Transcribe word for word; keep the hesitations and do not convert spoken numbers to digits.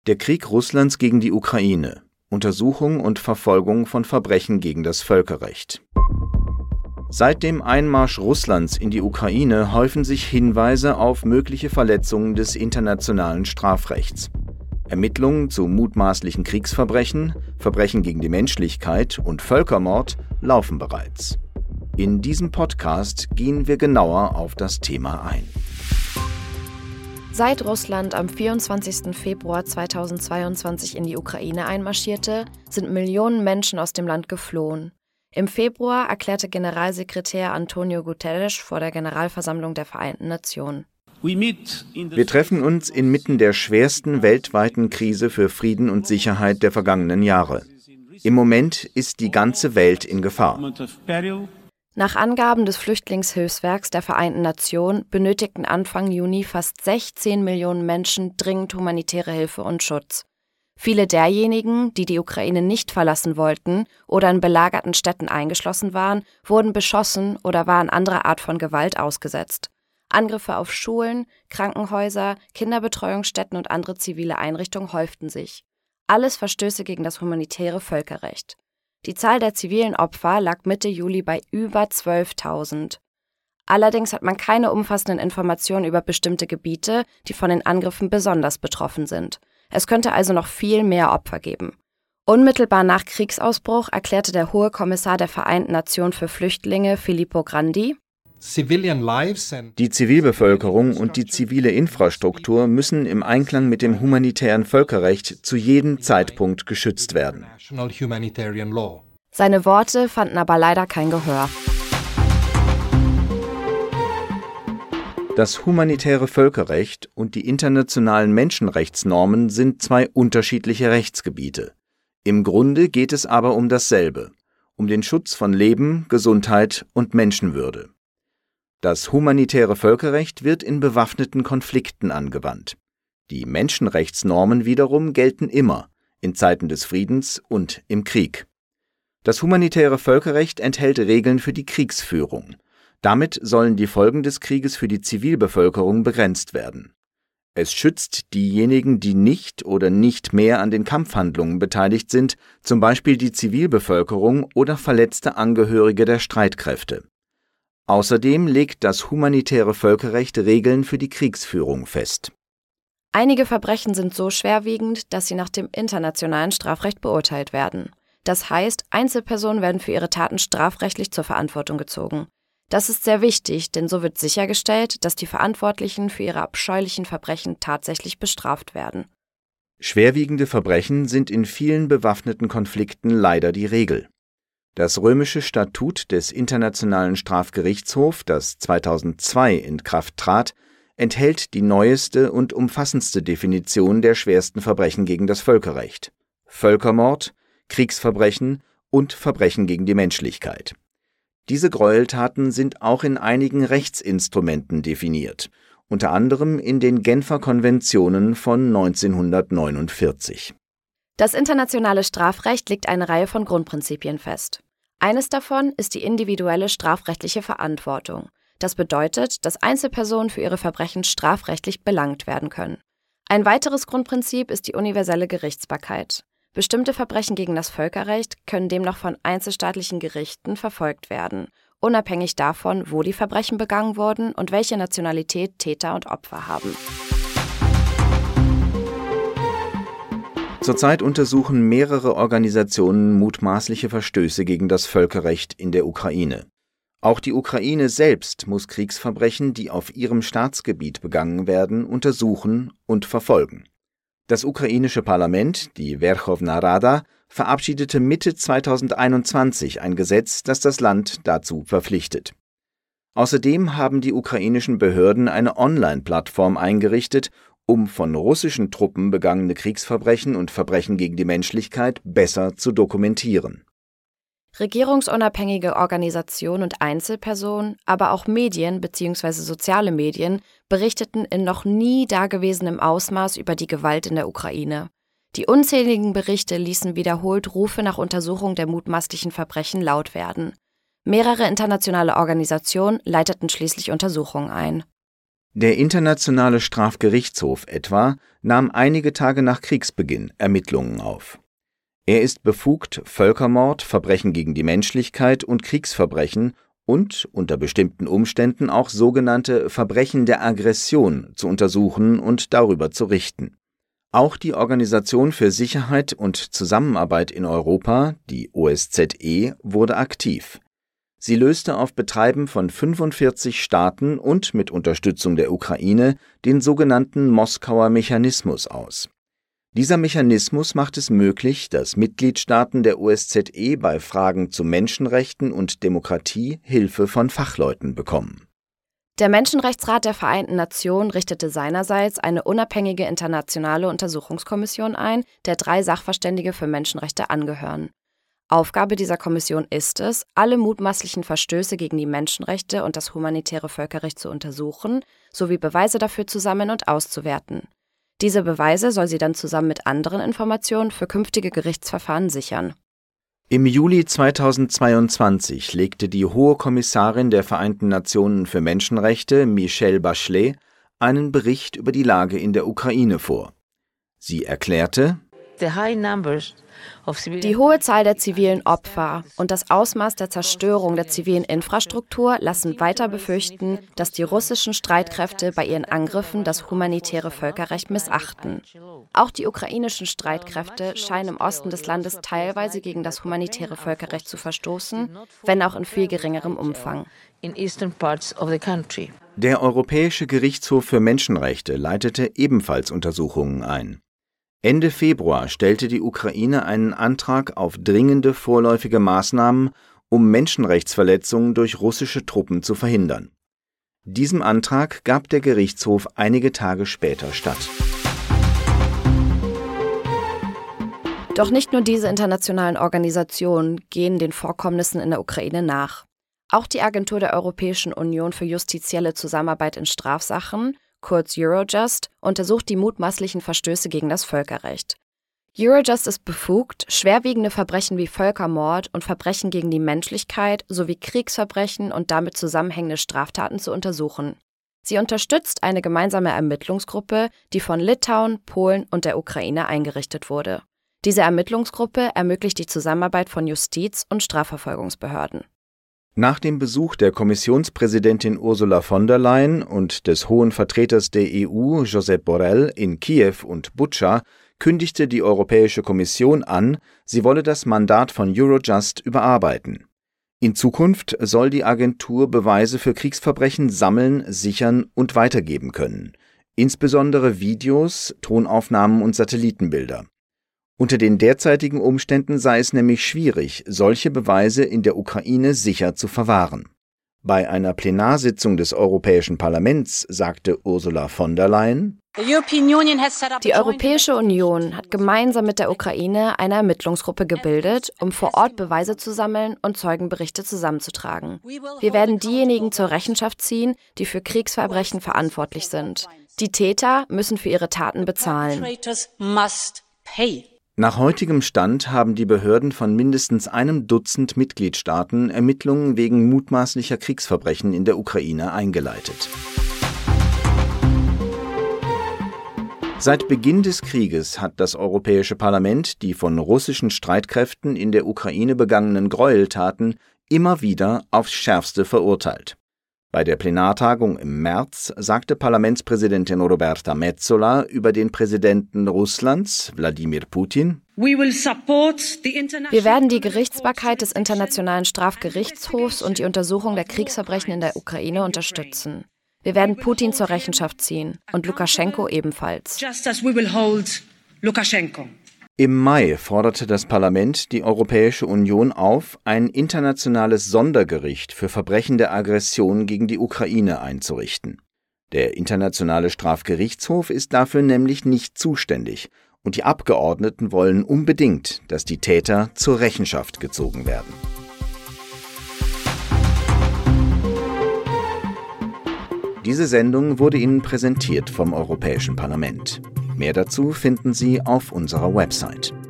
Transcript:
Der Krieg Russlands gegen die Ukraine. Untersuchung und Verfolgung von Verbrechen gegen das Völkerrecht. Seit dem Einmarsch Russlands in die Ukraine häufen sich Hinweise auf mögliche Verletzungen des internationalen Strafrechts. Ermittlungen zu mutmaßlichen Kriegsverbrechen, Verbrechen gegen die Menschlichkeit und Völkermord laufen bereits. In diesem Podcast gehen wir genauer auf das Thema ein. Seit Russland am vierundzwanzigsten Februar zweitausendzweiundzwanzig in die Ukraine einmarschierte, sind Millionen Menschen aus dem Land geflohen. Im Februar erklärte Generalsekretär Antonio Guterres vor der Generalversammlung der Vereinten Nationen: Wir treffen uns inmitten der schwersten weltweiten Krise für Frieden und Sicherheit der vergangenen Jahre. Im Moment ist die ganze Welt in Gefahr. Nach Angaben des Flüchtlingshilfswerks der Vereinten Nationen benötigten Anfang Juni fast sechzehn Millionen Menschen dringend humanitäre Hilfe und Schutz. Viele derjenigen, die die Ukraine nicht verlassen wollten oder in belagerten Städten eingeschlossen waren, wurden beschossen oder waren anderer Art von Gewalt ausgesetzt. Angriffe auf Schulen, Krankenhäuser, Kinderbetreuungsstätten und andere zivile Einrichtungen häuften sich. Alles Verstöße gegen das humanitäre Völkerrecht. Die Zahl der zivilen Opfer lag Mitte Juli bei über zwölftausend. Allerdings hat man keine umfassenden Informationen über bestimmte Gebiete, die von den Angriffen besonders betroffen sind. Es könnte also noch viel mehr Opfer geben. Unmittelbar nach Kriegsausbruch erklärte der Hohe Kommissar der Vereinten Nationen für Flüchtlinge, Filippo Grandi: Die Zivilbevölkerung und die zivile Infrastruktur müssen im Einklang mit dem humanitären Völkerrecht zu jedem Zeitpunkt geschützt werden. Seine Worte fanden aber leider kein Gehör. Das humanitäre Völkerrecht und die internationalen Menschenrechtsnormen sind zwei unterschiedliche Rechtsgebiete. Im Grunde geht es aber um dasselbe, um den Schutz von Leben, Gesundheit und Menschenwürde. Das humanitäre Völkerrecht wird in bewaffneten Konflikten angewandt. Die Menschenrechtsnormen wiederum gelten immer, in Zeiten des Friedens und im Krieg. Das humanitäre Völkerrecht enthält Regeln für die Kriegsführung. Damit sollen die Folgen des Krieges für die Zivilbevölkerung begrenzt werden. Es schützt diejenigen, die nicht oder nicht mehr an den Kampfhandlungen beteiligt sind, zum Beispiel die Zivilbevölkerung oder verletzte Angehörige der Streitkräfte. Außerdem legt das humanitäre Völkerrecht Regeln für die Kriegsführung fest. Einige Verbrechen sind so schwerwiegend, dass sie nach dem internationalen Strafrecht beurteilt werden. Das heißt, Einzelpersonen werden für ihre Taten strafrechtlich zur Verantwortung gezogen. Das ist sehr wichtig, denn so wird sichergestellt, dass die Verantwortlichen für ihre abscheulichen Verbrechen tatsächlich bestraft werden. Schwerwiegende Verbrechen sind in vielen bewaffneten Konflikten leider die Regel. Das römische Statut des Internationalen Strafgerichtshofs, das zweitausendzwei in Kraft trat, enthält die neueste und umfassendste Definition der schwersten Verbrechen gegen das Völkerrecht: Völkermord, Kriegsverbrechen und Verbrechen gegen die Menschlichkeit. Diese Gräueltaten sind auch in einigen Rechtsinstrumenten definiert, unter anderem in den Genfer Konventionen von neunzehnhundertneunundvierzig. Das internationale Strafrecht legt eine Reihe von Grundprinzipien fest. Eines davon ist die individuelle strafrechtliche Verantwortung. Das bedeutet, dass Einzelpersonen für ihre Verbrechen strafrechtlich belangt werden können. Ein weiteres Grundprinzip ist die universelle Gerichtsbarkeit. Bestimmte Verbrechen gegen das Völkerrecht können demnach von einzelstaatlichen Gerichten verfolgt werden, unabhängig davon, wo die Verbrechen begangen wurden und welche Nationalität Täter und Opfer haben. Zurzeit untersuchen mehrere Organisationen mutmaßliche Verstöße gegen das Völkerrecht in der Ukraine. Auch die Ukraine selbst muss Kriegsverbrechen, die auf ihrem Staatsgebiet begangen werden, untersuchen und verfolgen. Das ukrainische Parlament, die Werchowna Rada, verabschiedete Mitte zweitausendeinundzwanzig ein Gesetz, das das Land dazu verpflichtet. Außerdem haben die ukrainischen Behörden eine Online-Plattform eingerichtet, um von russischen Truppen begangene Kriegsverbrechen und Verbrechen gegen die Menschlichkeit besser zu dokumentieren. Regierungsunabhängige Organisationen und Einzelpersonen, aber auch Medien bzw. soziale Medien berichteten in noch nie dagewesenem Ausmaß über die Gewalt in der Ukraine. Die unzähligen Berichte ließen wiederholt Rufe nach Untersuchung der mutmaßlichen Verbrechen laut werden. Mehrere internationale Organisationen leiteten schließlich Untersuchungen ein. Der Internationale Strafgerichtshof etwa nahm einige Tage nach Kriegsbeginn Ermittlungen auf. Er ist befugt, Völkermord, Verbrechen gegen die Menschlichkeit und Kriegsverbrechen und unter bestimmten Umständen auch sogenannte Verbrechen der Aggression zu untersuchen und darüber zu richten. Auch die Organisation für Sicherheit und Zusammenarbeit in Europa, die O S Z E, wurde aktiv. Sie löste auf Betreiben von fünfundvierzig Staaten und mit Unterstützung der Ukraine den sogenannten Moskauer Mechanismus aus. Dieser Mechanismus macht es möglich, dass Mitgliedstaaten der O S Z E bei Fragen zu Menschenrechten und Demokratie Hilfe von Fachleuten bekommen. Der Menschenrechtsrat der Vereinten Nationen richtete seinerseits eine unabhängige internationale Untersuchungskommission ein, der drei Sachverständige für Menschenrechte angehören. Aufgabe dieser Kommission ist es, alle mutmaßlichen Verstöße gegen die Menschenrechte und das humanitäre Völkerrecht zu untersuchen, sowie Beweise dafür zu sammeln und auszuwerten. Diese Beweise soll sie dann zusammen mit anderen Informationen für künftige Gerichtsverfahren sichern. Im Juli zweitausendzweiundzwanzig legte die Hohe Kommissarin der Vereinten Nationen für Menschenrechte, Michelle Bachelet, einen Bericht über die Lage in der Ukraine vor. Sie erklärte: Die hohe Zahl der zivilen Opfer und das Ausmaß der Zerstörung der zivilen Infrastruktur lassen weiter befürchten, dass die russischen Streitkräfte bei ihren Angriffen das humanitäre Völkerrecht missachten. Auch die ukrainischen Streitkräfte scheinen im Osten des Landes teilweise gegen das humanitäre Völkerrecht zu verstoßen, wenn auch in viel geringerem Umfang. Der Europäische Gerichtshof für Menschenrechte leitete ebenfalls Untersuchungen ein. Ende Februar stellte die Ukraine einen Antrag auf dringende vorläufige Maßnahmen, um Menschenrechtsverletzungen durch russische Truppen zu verhindern. Diesem Antrag gab der Gerichtshof einige Tage später statt. Doch nicht nur diese internationalen Organisationen gehen den Vorkommnissen in der Ukraine nach. Auch die Agentur der Europäischen Union für justizielle Zusammenarbeit in Strafsachen, kurz Eurojust, untersucht die mutmaßlichen Verstöße gegen das Völkerrecht. Eurojust ist befugt, schwerwiegende Verbrechen wie Völkermord und Verbrechen gegen die Menschlichkeit sowie Kriegsverbrechen und damit zusammenhängende Straftaten zu untersuchen. Sie unterstützt eine gemeinsame Ermittlungsgruppe, die von Litauen, Polen und der Ukraine eingerichtet wurde. Diese Ermittlungsgruppe ermöglicht die Zusammenarbeit von Justiz- und Strafverfolgungsbehörden. Nach dem Besuch der Kommissionspräsidentin Ursula von der Leyen und des Hohen Vertreters der E U, Josep Borrell, in Kiew und Butscha kündigte die Europäische Kommission an, sie wolle das Mandat von Eurojust überarbeiten. In Zukunft soll die Agentur Beweise für Kriegsverbrechen sammeln, sichern und weitergeben können, insbesondere Videos, Tonaufnahmen und Satellitenbilder. Unter den derzeitigen Umständen sei es nämlich schwierig, solche Beweise in der Ukraine sicher zu verwahren. Bei einer Plenarsitzung des Europäischen Parlaments sagte Ursula von der Leyen: Die Europäische Union hat gemeinsam mit der Ukraine eine Ermittlungsgruppe gebildet, um vor Ort Beweise zu sammeln und Zeugenberichte zusammenzutragen. Wir werden diejenigen zur Rechenschaft ziehen, die für Kriegsverbrechen verantwortlich sind. Die Täter müssen für ihre Taten bezahlen. Nach heutigem Stand haben die Behörden von mindestens einem Dutzend Mitgliedstaaten Ermittlungen wegen mutmaßlicher Kriegsverbrechen in der Ukraine eingeleitet. Seit Beginn des Krieges hat das Europäische Parlament die von russischen Streitkräften in der Ukraine begangenen Gräueltaten immer wieder aufs Schärfste verurteilt. Bei der Plenartagung im März sagte Parlamentspräsidentin Roberta Metsola über den Präsidenten Russlands, Wladimir Putin: Wir werden die Gerichtsbarkeit des Internationalen Strafgerichtshofs und die Untersuchung der Kriegsverbrechen in der Ukraine unterstützen. Wir werden Putin zur Rechenschaft ziehen und Lukaschenko ebenfalls. Im Mai forderte das Parlament die Europäische Union auf, ein internationales Sondergericht für Verbrechen der Aggression gegen die Ukraine einzurichten. Der Internationale Strafgerichtshof ist dafür nämlich nicht zuständig, und die Abgeordneten wollen unbedingt, dass die Täter zur Rechenschaft gezogen werden. Diese Sendung wurde Ihnen präsentiert vom Europäischen Parlament. Mehr dazu finden Sie auf unserer Website.